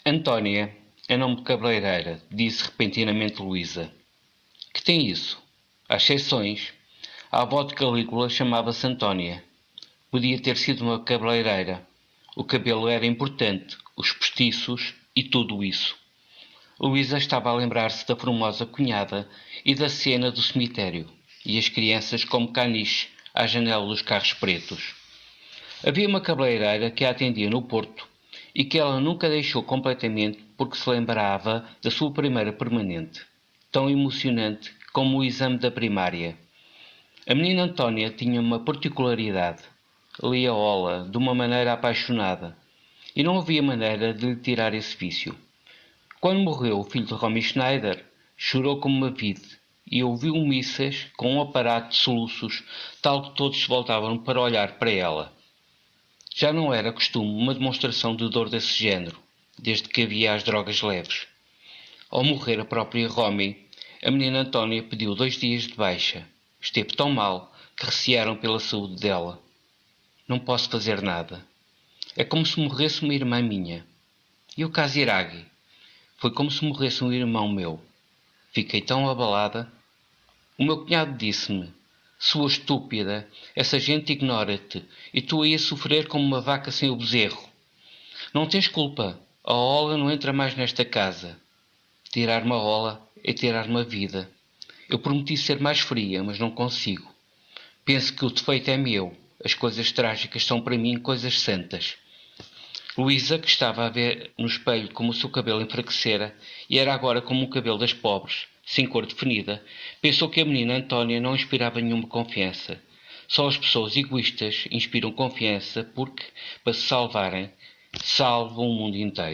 Antónia é nome de cabeleireira, disse repentinamente Luísa. Que tem isso? Há exceções. A avó de Calígula chamava-se Antónia. Podia ter sido uma cabeleireira. O cabelo era importante, os postiços e tudo isso. Luísa estava a lembrar-se da formosa cunhada e da cena do cemitério, e as crianças como caniche à janela dos carros pretos. Havia uma cabeleireira que a atendia no Porto e que ela nunca deixou completamente porque se lembrava da sua primeira permanente, tão emocionante como o exame da primária. A menina Antónia tinha uma particularidade. Lia Ola de uma maneira apaixonada, e não havia maneira de lhe tirar esse vício. Quando morreu o filho de Romy Schneider, chorou como uma vide e ouviu missas com um aparato de soluços, tal que todos se voltavam para olhar para ela. Já não era costume uma demonstração de dor desse género, desde que havia as drogas leves. Ao morrer a própria Romy, a menina Antónia pediu 2 dias de baixa. Esteve tão mal que recearam pela saúde dela. Não posso fazer nada. É como se morresse uma irmã minha. E o Casiraghi? Foi como se morresse um irmão meu. Fiquei tão abalada. O meu cunhado disse-me: sua estúpida, essa gente ignora-te e tu aí a sofrer como uma vaca sem o bezerro. Não tens culpa. A Ola não entra mais nesta casa. Tirar-me a Ola é tirar-me a vida. Eu prometi ser mais fria, mas não consigo. Penso que o defeito é meu. As coisas trágicas são para mim coisas santas. Luísa, que estava a ver no espelho como o seu cabelo enfraquecera e era agora como um cabelo das pobres, sem cor definida, pensou que a menina Antónia não inspirava nenhuma confiança. Só as pessoas egoístas inspiram confiança porque, para se salvarem, salvam o mundo inteiro.